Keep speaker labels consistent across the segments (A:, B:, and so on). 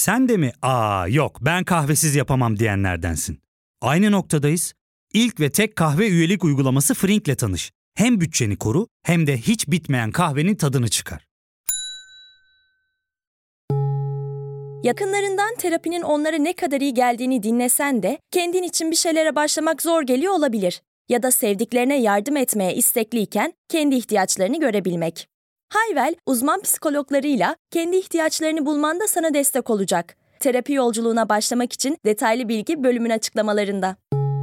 A: Sen de mi yok ben kahvesiz yapamam diyenlerdensin? Aynı noktadayız. İlk ve tek kahve üyelik uygulaması Frink'le tanış. Hem bütçeni koru hem de hiç bitmeyen kahvenin tadını çıkar.
B: Yakınlarından terapinin onlara ne kadar iyi geldiğini dinlesen de kendin için bir şeylere başlamak zor geliyor olabilir. Ya da sevdiklerine yardım etmeye istekliyken kendi ihtiyaçlarını görebilmek. Hayvel, uzman psikologlarıyla kendi ihtiyaçlarını bulmanda sana destek olacak. Terapi yolculuğuna başlamak için detaylı bilgi bölümün açıklamalarında.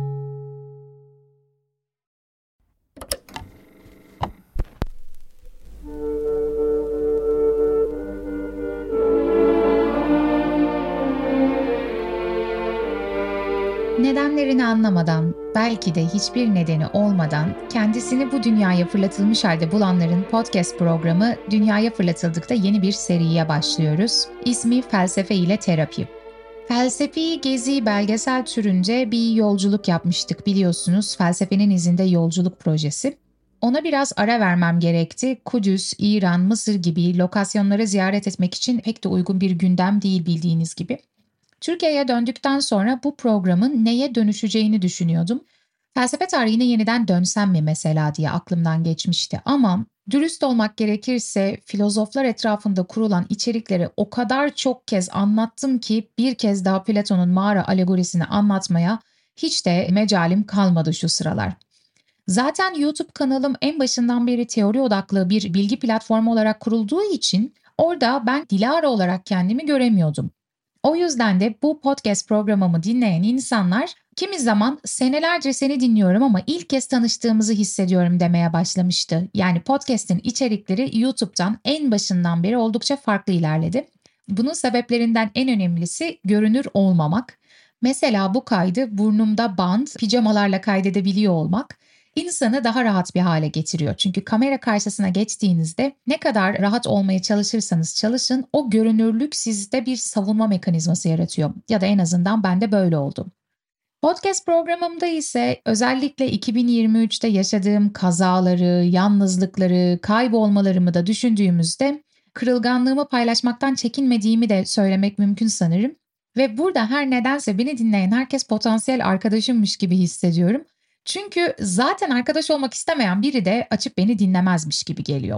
C: Nedenlerini anlamadan, belki de hiçbir nedeni olmadan kendisini bu dünyaya fırlatılmış halde bulanların podcast programı Dünyaya Fırlatıldık'ta yeni bir seriye başlıyoruz. İsmi Felsefe ile Terapi. Felsefi gezi belgesel türünce bir yolculuk yapmıştık biliyorsunuz. Felsefenin izinde yolculuk projesi. Ona biraz ara vermem gerekti. Kudüs, İran, Mısır gibi lokasyonları ziyaret etmek için pek de uygun bir gündem değil bildiğiniz gibi. Türkiye'ye döndükten sonra bu programın neye dönüşeceğini düşünüyordum. Felsefe tarihine yeniden dönsem mi mesela diye aklımdan geçmişti. Ama dürüst olmak gerekirse filozoflar etrafında kurulan içerikleri o kadar çok kez anlattım ki bir kez daha Platon'un mağara alegorisini anlatmaya hiç de mecalim kalmadı şu sıralar. Zaten YouTube kanalım en başından beri teori odaklı bir bilgi platformu olarak kurulduğu için orada ben Dilara olarak kendimi göremiyordum. O yüzden de bu podcast programımı dinleyen insanlar kimi zaman senelerce seni dinliyorum ama ilk kez tanıştığımızı hissediyorum demeye başlamıştı. Yani podcast'in içerikleri YouTube'dan en başından beri oldukça farklı ilerledi. Bunun sebeplerinden en önemlisi görünür olmamak. Mesela bu kaydı burnumda band, pijamalarla kaydedebiliyor olmak insanı daha rahat bir hale getiriyor. Çünkü kamera karşısına geçtiğinizde ne kadar rahat olmaya çalışırsanız çalışın o görünürlük sizde bir savunma mekanizması yaratıyor. Ya da en azından bende böyle oldu. Podcast programımda ise özellikle 2023'te yaşadığım kazaları, yalnızlıkları, kaybolmalarımı da düşündüğümüzde kırılganlığımı paylaşmaktan çekinmediğimi de söylemek mümkün sanırım. Ve burada her nedense beni dinleyen herkes potansiyel arkadaşımmış gibi hissediyorum. Çünkü zaten arkadaş olmak istemeyen biri de açıp beni dinlemezmiş gibi geliyor.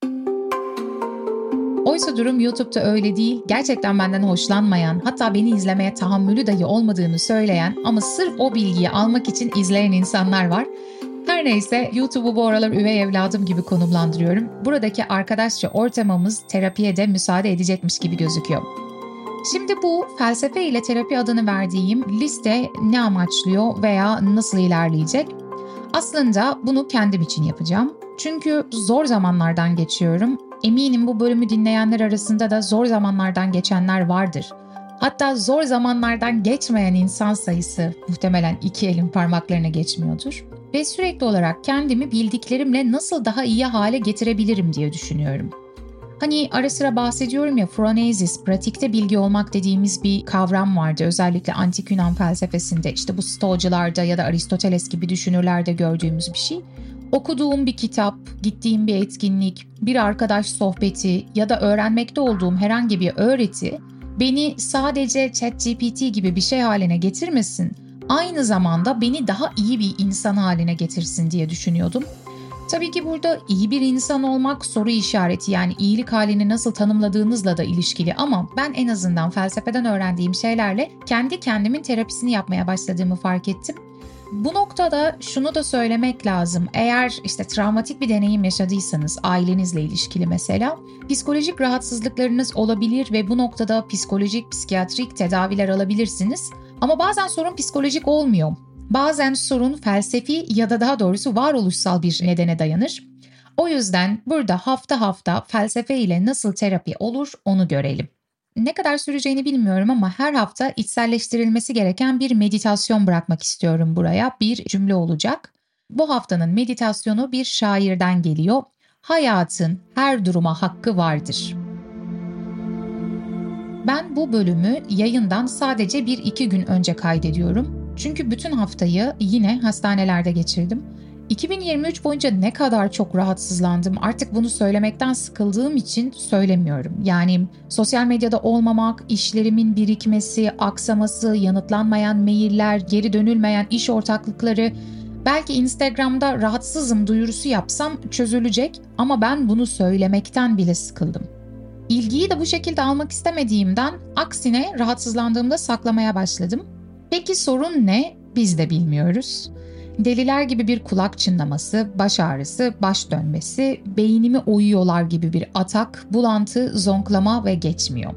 C: Oysa durum YouTube'da öyle değil. Gerçekten benden hoşlanmayan, hatta beni izlemeye tahammülü dahi olmadığını söyleyen ama sırf o bilgiyi almak için izleyen insanlar var. Her neyse YouTube'u bu aralar üvey evladım gibi konumlandırıyorum. Buradaki arkadaşça ortamımız terapiye de müsaade edecekmiş gibi gözüküyor. Şimdi bu felsefe ile terapi adını verdiğim liste ne amaçlıyor veya nasıl ilerleyecek? Aslında bunu kendim için yapacağım. Çünkü zor zamanlardan geçiyorum. Eminim bu bölümü dinleyenler arasında da zor zamanlardan geçenler vardır. Hatta zor zamanlardan geçmeyen insan sayısı muhtemelen 2 elin parmaklarına geçmiyordur. Ve sürekli olarak kendimi bildiklerimle nasıl daha iyi hale getirebilirim diye düşünüyorum. Hani ara sıra bahsediyorum ya phronesis, pratikte bilgi olmak dediğimiz bir kavram vardı. Özellikle antik Yunan felsefesinde işte bu Stoacılarda ya da Aristoteles gibi düşünürlerde gördüğümüz bir şey. Okuduğum bir kitap, gittiğim bir etkinlik, bir arkadaş sohbeti ya da öğrenmekte olduğum herhangi bir öğreti beni sadece ChatGPT gibi bir şey haline getirmesin, aynı zamanda beni daha iyi bir insan haline getirsin diye düşünüyordum. Tabii ki burada iyi bir insan olmak soru işareti, yani iyilik halini nasıl tanımladığınızla da ilişkili ama ben en azından felsefeden öğrendiğim şeylerle kendi kendimin terapisini yapmaya başladığımı fark ettim. Bu noktada şunu da söylemek lazım. Eğer işte travmatik bir deneyim yaşadıysanız ailenizle ilişkili mesela psikolojik rahatsızlıklarınız olabilir ve bu noktada psikolojik, psikiyatrik tedaviler alabilirsiniz. Ama bazen sorun psikolojik olmuyor. Bazen sorun felsefi ya da daha doğrusu varoluşsal bir nedene dayanır. O yüzden burada hafta hafta felsefe ile nasıl terapi olur onu görelim. Ne kadar süreceğini bilmiyorum ama her hafta içselleştirilmesi gereken bir meditasyon bırakmak istiyorum buraya. Bir cümle olacak. Bu haftanın meditasyonu bir şairden geliyor. Hayatın her duruma hakkı vardır. Ben bu bölümü yayından sadece 1-2 gün önce kaydediyorum. Çünkü bütün haftayı yine hastanelerde geçirdim. 2023 boyunca ne kadar çok rahatsızlandım, artık bunu söylemekten sıkıldığım için söylemiyorum. Yani sosyal medyada olmamak, işlerimin birikmesi, aksaması, yanıtlanmayan mailler, geri dönülmeyen iş ortaklıkları, belki Instagram'da rahatsızım duyurusu yapsam çözülecek ama ben bunu söylemekten bile sıkıldım. İlgiyi de bu şekilde almak istemediğimden aksine rahatsızlandığımda saklamaya başladım. Peki sorun ne? Biz de bilmiyoruz. Deliler gibi bir kulak çınlaması, baş ağrısı, baş dönmesi, beynimi oyuyorlar gibi bir atak, bulantı, zonklama ve geçmiyor.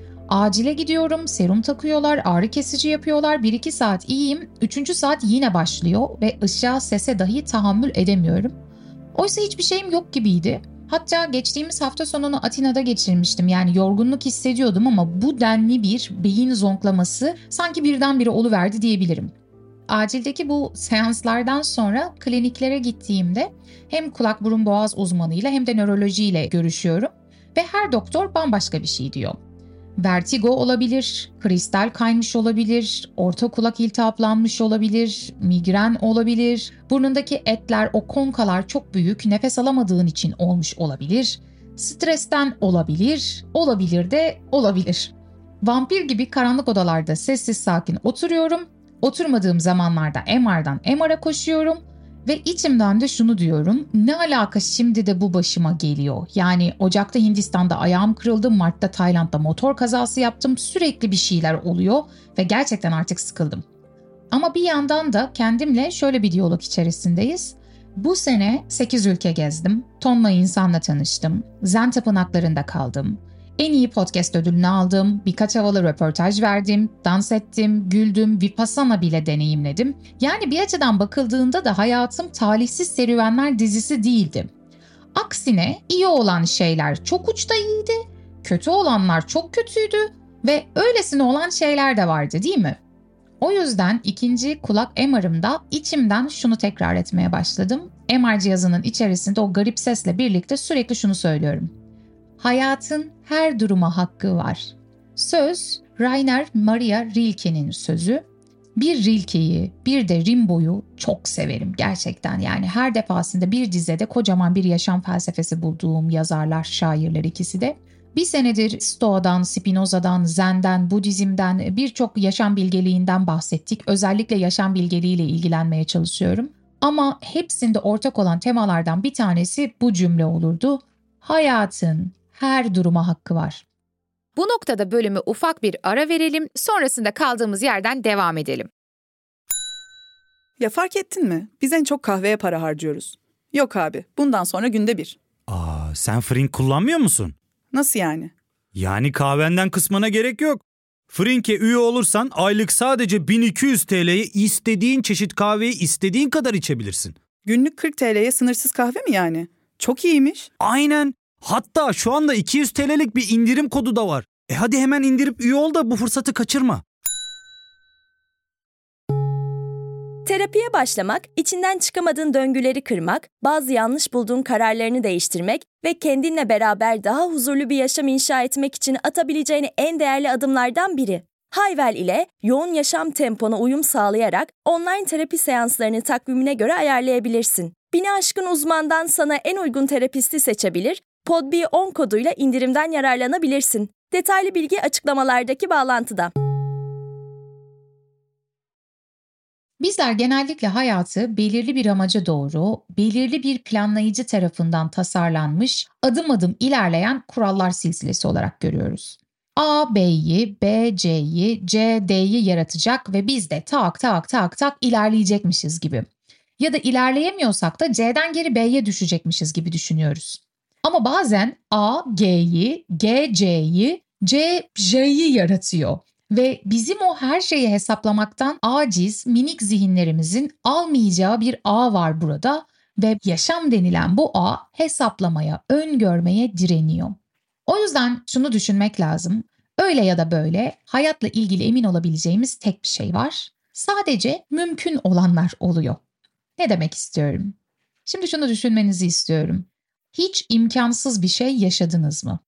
C: Acile gidiyorum, serum takıyorlar, ağrı kesici yapıyorlar, 1-2 saat iyiyim, 3. saat yine başlıyor ve ışığa, sese dahi tahammül edemiyorum. Oysa hiçbir şeyim yok gibiydi. Hatta geçtiğimiz hafta sonunu Atina'da geçirmiştim. Yani yorgunluk hissediyordum ama bu denli bir beyin zonklaması sanki birdenbire oluverdi diyebilirim. Acildeki bu seanslardan sonra kliniklere gittiğimde hem kulak burun boğaz uzmanıyla hem de nörolojiyle görüşüyorum ve her doktor bambaşka bir şey diyor. Vertigo olabilir, kristal kaymış olabilir, orta kulak iltihaplanmış olabilir, migren olabilir, burnundaki etler, o konkalar çok büyük, nefes alamadığın için olmuş olabilir, stresten olabilir, olabilir de olabilir. Vampir gibi karanlık odalarda sessiz sakin oturuyorum, oturmadığım zamanlarda MR'dan MR'a koşuyorum ve içimden de şunu diyorum, ne alaka şimdi de bu başıma geliyor? Yani Ocak'ta Hindistan'da ayağım kırıldı, Mart'ta Tayland'da motor kazası yaptım, sürekli bir şeyler oluyor ve gerçekten artık sıkıldım. Ama bir yandan da kendimle şöyle bir diyalog içerisindeyiz. Bu sene 8 ülke gezdim, tonla insanla tanıştım, Zen tapınaklarında kaldım. En iyi podcast ödülünü aldım, birkaç havalı röportaj verdim, dans ettim, güldüm, Vipassana bile deneyimledim. Yani bir açıdan bakıldığında da hayatım Talihsiz Serüvenler dizisi değildi. Aksine iyi olan şeyler çok uçta iyiydi, kötü olanlar çok kötüydü ve öylesine olan şeyler de vardı, değil mi? O yüzden ikinci kulak MR'ımda içimden şunu tekrar etmeye başladım. MR cihazının içerisinde o garip sesle birlikte sürekli şunu söylüyorum. Hayatın her duruma hakkı var. Söz Rainer Maria Rilke'nin sözü. Bir Rilke'yi bir de Rimbaud'u çok severim gerçekten. Yani her defasında bir dizede kocaman bir yaşam felsefesi bulduğum yazarlar, şairler ikisi de. Bir senedir Stoa'dan, Spinoza'dan, Zen'den, Budizm'den birçok yaşam bilgeliğinden bahsettik. Özellikle yaşam bilgeliğiyle ilgilenmeye çalışıyorum. Ama hepsinde ortak olan temalardan bir tanesi bu cümle olurdu. Hayatın her duruma hakkı var.
D: Bu noktada bölümü ufak bir ara verelim, sonrasında kaldığımız yerden devam edelim.
E: Ya fark ettin mi? Biz en çok kahveye para harcıyoruz. Yok abi, bundan sonra günde 1.
A: Sen Frink kullanmıyor musun?
E: Nasıl yani?
A: Yani kahvenden kısmına gerek yok. Frink'e üye olursan aylık sadece 1200 TL'ye istediğin çeşit kahveyi istediğin kadar içebilirsin.
E: Günlük 40 TL'ye sınırsız kahve mi yani? Çok iyiymiş.
A: Aynen. Hatta şu anda 200 TL'lik bir indirim kodu da var. Hadi hemen indirip üye ol da bu fırsatı kaçırma.
B: Terapiye başlamak, içinden çıkamadığın döngüleri kırmak, bazı yanlış bulduğun kararlarını değiştirmek ve kendinle beraber daha huzurlu bir yaşam inşa etmek için atabileceğin en değerli adımlardan biri. Hayvel ile yoğun yaşam tempona uyum sağlayarak online terapi seanslarını takvimine göre ayarlayabilirsin. 1000'i aşkın uzmandan sana en uygun terapisti seçebilir, PODB10 koduyla indirimden yararlanabilirsin. Detaylı bilgi açıklamalardaki bağlantıda.
C: Bizler genellikle hayatı belirli bir amaca doğru, belirli bir planlayıcı tarafından tasarlanmış, adım adım ilerleyen kurallar silsilesi olarak görüyoruz. A, B'yi, B, C'yi, C, D'yi yaratacak ve biz de tak tak tak tak ilerleyecekmişiz gibi. Ya da ilerleyemiyorsak da C'den geri B'ye düşecekmişiz gibi düşünüyoruz. Ama bazen A, G'yi, G, C'yi, C, J'yi yaratıyor. Ve bizim o her şeyi hesaplamaktan aciz, minik zihinlerimizin almayacağı bir ağ var burada ve yaşam denilen bu ağ hesaplamaya, öngörmeye direniyor. O yüzden şunu düşünmek lazım. Öyle ya da böyle hayatla ilgili emin olabileceğimiz tek bir şey var. Sadece mümkün olanlar oluyor. Ne demek istiyorum? Şimdi şunu düşünmenizi istiyorum. Hiç imkansız bir şey yaşadınız mı?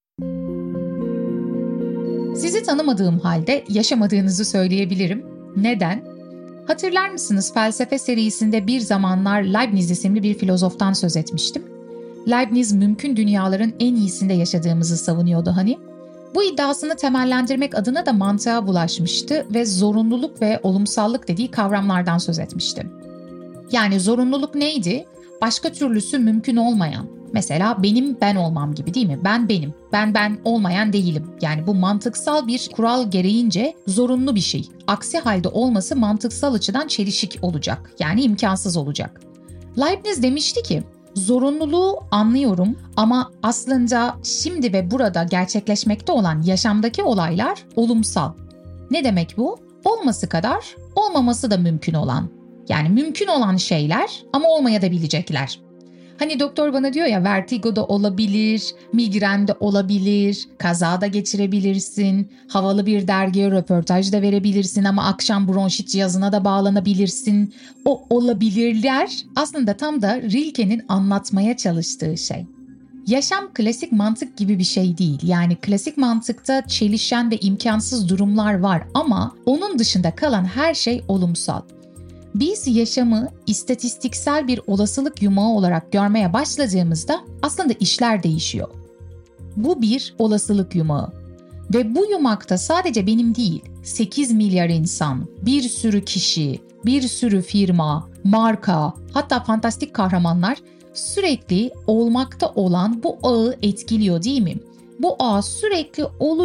C: Sizi tanımadığım halde yaşamadığınızı söyleyebilirim. Neden? Hatırlar mısınız, felsefe serisinde bir zamanlar Leibniz isimli bir filozoftan söz etmiştim. Leibniz mümkün dünyaların en iyisinde yaşadığımızı savunuyordu hani. Bu iddiasını temellendirmek adına da mantığa bulaşmıştı ve zorunluluk ve olumsallık dediği kavramlardan söz etmişti. Yani zorunluluk neydi? Başka türlüsü mümkün olmayan. Mesela benim ben olmam gibi, değil mi? Ben benim. Ben olmayan değilim. Yani bu mantıksal bir kural gereğince zorunlu bir şey. Aksi halde olması mantıksal açıdan çelişik olacak. Yani imkansız olacak. Leibniz demişti ki, zorunluluğu anlıyorum ama aslında şimdi ve burada gerçekleşmekte olan yaşamdaki olaylar olumsal. Ne demek bu? Olması kadar olmaması da mümkün olan. Yani mümkün olan şeyler ama olmayabilecekler. Hani doktor bana diyor ya, vertigo da olabilir, migren de olabilir, kaza da geçirebilirsin, havalı bir dergiye röportaj da verebilirsin ama akşam bronşit cihazına da bağlanabilirsin. O olabilirler aslında tam da Rilke'nin anlatmaya çalıştığı şey. Yaşam klasik mantık gibi bir şey değil. Yani klasik mantıkta çelişen ve imkansız durumlar var ama onun dışında kalan her şey olumsal. Biz yaşamı istatistiksel bir olasılık yumağı olarak görmeye başladığımızda aslında işler değişiyor. Bu bir olasılık yumağı ve bu yumakta sadece benim değil, 8 milyar insan, bir sürü kişi, bir sürü firma, marka, hatta fantastik kahramanlar sürekli olmakta olan bu ağı etkiliyor, değil mi? Bu ağ sürekli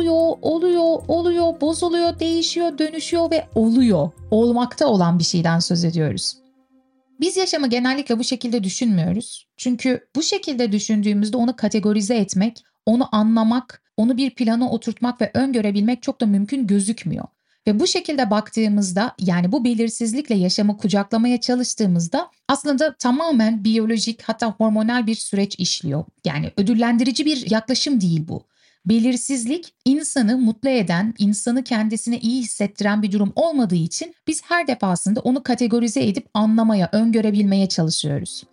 C: oluyor, bozuluyor, değişiyor, dönüşüyor ve oluyor. Olmakta olan bir şeyden söz ediyoruz. Biz yaşamı genellikle bu şekilde düşünmüyoruz. Çünkü bu şekilde düşündüğümüzde onu kategorize etmek, onu anlamak, onu bir plana oturtmak ve öngörebilmek çok da mümkün gözükmüyor. Ve bu şekilde baktığımızda, yani bu belirsizlikle yaşamı kucaklamaya çalıştığımızda aslında tamamen biyolojik, hatta hormonal bir süreç işliyor. Yani ödüllendirici bir yaklaşım değil bu. Belirsizlik insanı mutlu eden, insanı kendisine iyi hissettiren bir durum olmadığı için biz her defasında onu kategorize edip anlamaya, öngörebilmeye çalışıyoruz.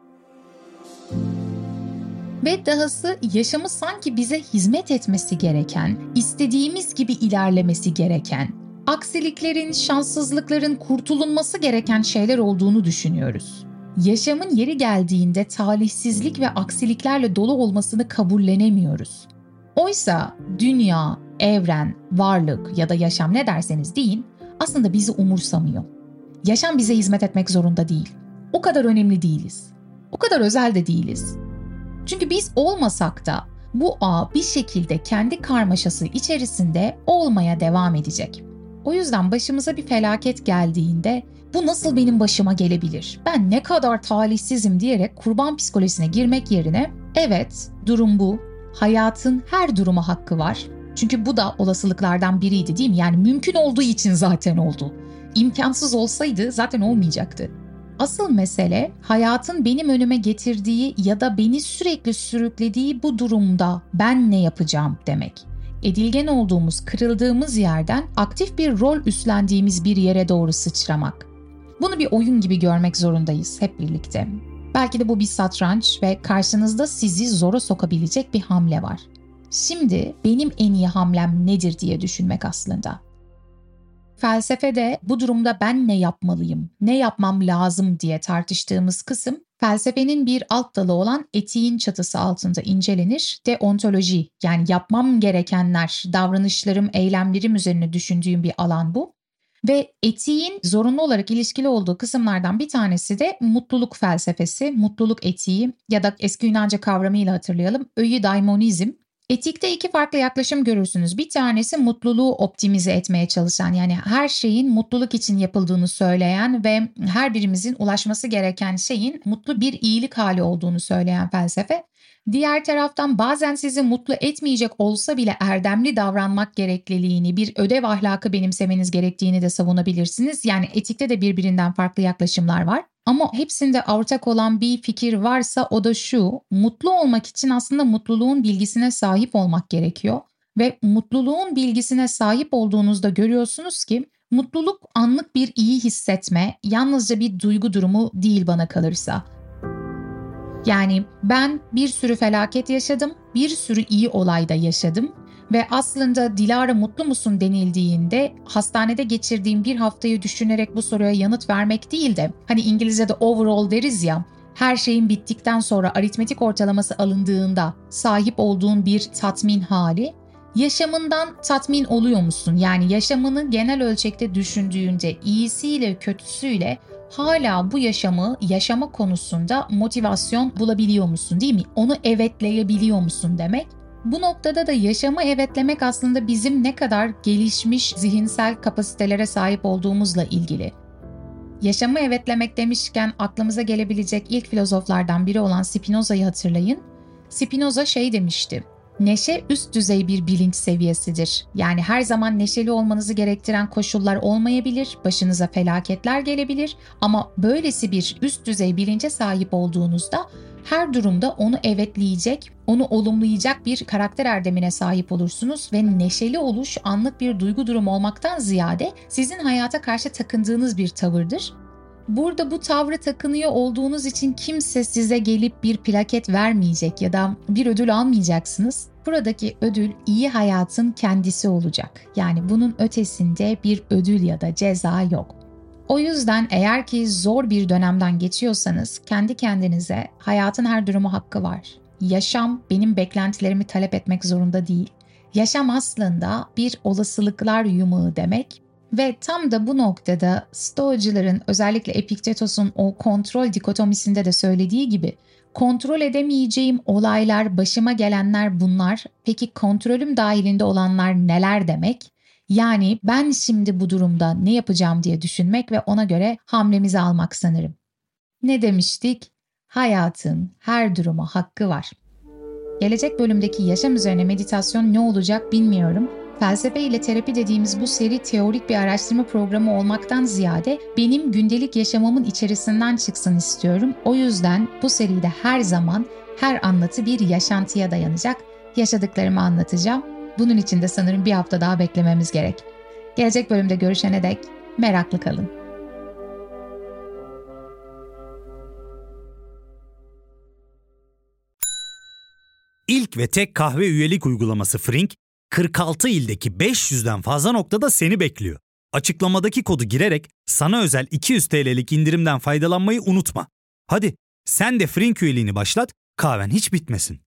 C: Ve dahası yaşamı sanki bize hizmet etmesi gereken, istediğimiz gibi ilerlemesi gereken, aksiliklerin, şanssızlıkların kurtulunması gereken şeyler olduğunu düşünüyoruz. Yaşamın yeri geldiğinde talihsizlik ve aksiliklerle dolu olmasını kabullenemiyoruz. Oysa dünya, evren, varlık ya da yaşam ne derseniz deyin aslında bizi umursamıyor. Yaşam bize hizmet etmek zorunda değil. O kadar önemli değiliz. O kadar özel de değiliz. Çünkü biz olmasak da bu ağ bir şekilde kendi karmaşası içerisinde olmaya devam edecek. O yüzden başımıza bir felaket geldiğinde bu nasıl benim başıma gelebilir? Ben ne kadar talihsizim diyerek kurban psikolojisine girmek yerine evet, durum bu. Hayatın her duruma hakkı var. Çünkü bu da olasılıklardan biriydi, değil mi? Yani mümkün olduğu için zaten oldu. İmkansız olsaydı zaten olmayacaktı. Asıl mesele hayatın benim önüme getirdiği ya da beni sürekli sürüklediği bu durumda ben ne yapacağım demek. Edilgen olduğumuz, kırıldığımız yerden aktif bir rol üstlendiğimiz bir yere doğru sıçramak. Bunu bir oyun gibi görmek zorundayız hep birlikte. Belki de bu bir satranç ve karşınızda sizi zora sokabilecek bir hamle var. Şimdi benim en iyi hamlem nedir diye düşünmek aslında. Felsefede bu durumda ben ne yapmalıyım, ne yapmam lazım diye tartıştığımız kısım, felsefenin bir alt dalı olan etiğin çatısı altında incelenir. Deontoloji, yani yapmam gerekenler, davranışlarım, eylemlerim üzerine düşündüğüm bir alan bu. Ve etiğin zorunlu olarak ilişkili olduğu kısımlardan bir tanesi de mutluluk felsefesi, mutluluk etiği ya da eski Yunanca kavramıyla hatırlayalım, eudaimonism. Etikte iki farklı yaklaşım görürsünüz. Bir tanesi mutluluğu optimize etmeye çalışan, yani her şeyin mutluluk için yapıldığını söyleyen ve her birimizin ulaşması gereken şeyin mutlu bir iyilik hali olduğunu söyleyen felsefe. Diğer taraftan bazen sizi mutlu etmeyecek olsa bile erdemli davranmak gerekliliğini, bir ödev ahlakı benimsemeniz gerektiğini de savunabilirsiniz. Yani etikte de birbirinden farklı yaklaşımlar var. Ama hepsinde ortak olan bir fikir varsa o da şu: mutlu olmak için aslında mutluluğun bilgisine sahip olmak gerekiyor. Ve mutluluğun bilgisine sahip olduğunuzda görüyorsunuz ki mutluluk anlık bir iyi hissetme, yalnızca bir duygu durumu değil bana kalırsa. Yani ben bir sürü felaket yaşadım, bir sürü iyi olay da yaşadım Ve aslında Dilara mutlu musun denildiğinde hastanede geçirdiğim bir haftayı düşünerek bu soruya yanıt vermek değil de hani İngilizce'de overall deriz ya, her şeyin bittikten sonra aritmetik ortalaması alındığında sahip olduğun bir tatmin hali, yaşamından tatmin oluyor musun? Yani yaşamını genel ölçekte düşündüğünde iyisiyle kötüsüyle hala bu yaşama konusunda motivasyon bulabiliyor musun, değil mi? Onu evetleyebiliyor musun demek. Bu noktada da yaşamı evetlemek aslında bizim ne kadar gelişmiş zihinsel kapasitelere sahip olduğumuzla ilgili. Yaşamı evetlemek demişken aklımıza gelebilecek ilk filozoflardan biri olan Spinoza'yı hatırlayın. Spinoza demişti. Neşe üst düzey bir bilinç seviyesidir. Yani her zaman neşeli olmanızı gerektiren koşullar olmayabilir, başınıza felaketler gelebilir ama böylesi bir üst düzey bilince sahip olduğunuzda her durumda onu evetleyecek, onu olumlayacak bir karakter erdemine sahip olursunuz ve neşeli oluş anlık bir duygu durumu olmaktan ziyade sizin hayata karşı takındığınız bir tavırdır. Burada bu tavrı takınıyor olduğunuz için kimse size gelip bir plaket vermeyecek ya da bir ödül almayacaksınız. Buradaki ödül iyi hayatın kendisi olacak. Yani bunun ötesinde bir ödül ya da ceza yok. O yüzden eğer ki zor bir dönemden geçiyorsanız kendi kendinize hayatın her durumu hakkı var. Yaşam benim beklentilerimi talep etmek zorunda değil. Yaşam aslında bir olasılıklar yumağı demek. Ve tam da bu noktada Stoacıların özellikle Epiktetos'un o kontrol dikotomisinde de söylediği gibi kontrol edemeyeceğim olaylar, başıma gelenler bunlar. Peki kontrolüm dahilinde olanlar neler demek? Yani ben şimdi bu durumda ne yapacağım diye düşünmek ve ona göre hamlemizi almak sanırım. Ne demiştik? Hayatın her duruma hakkı var. Gelecek bölümdeki yaşam üzerine meditasyon ne olacak bilmiyorum. Felsefe ile terapi dediğimiz bu seri teorik bir araştırma programı olmaktan ziyade benim gündelik yaşamımın içerisinden çıksın istiyorum. O yüzden bu seride her zaman her anlatı bir yaşantıya dayanacak. Yaşadıklarımı anlatacağım. Bunun için de sanırım bir hafta daha beklememiz gerek. Gelecek bölümde görüşene dek meraklı kalın.
A: İlk ve tek kahve üyelik uygulaması Frink, 46 ildeki 500'den fazla noktada seni bekliyor. Açıklamadaki kodu girerek sana özel 200 TL'lik indirimden faydalanmayı unutma. Hadi sen de Frink üyeliğini başlat, kahven hiç bitmesin.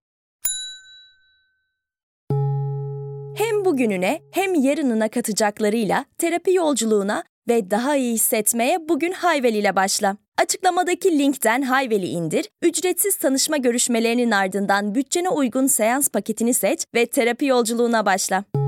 B: Hem bugününe hem yarınına katacaklarıyla terapi yolculuğuna ve daha iyi hissetmeye bugün Hayvel ile başla. Açıklamadaki linkten Hayvel'i indir, ücretsiz tanışma görüşmelerinin ardından bütçene uygun seans paketini seç ve terapi yolculuğuna başla.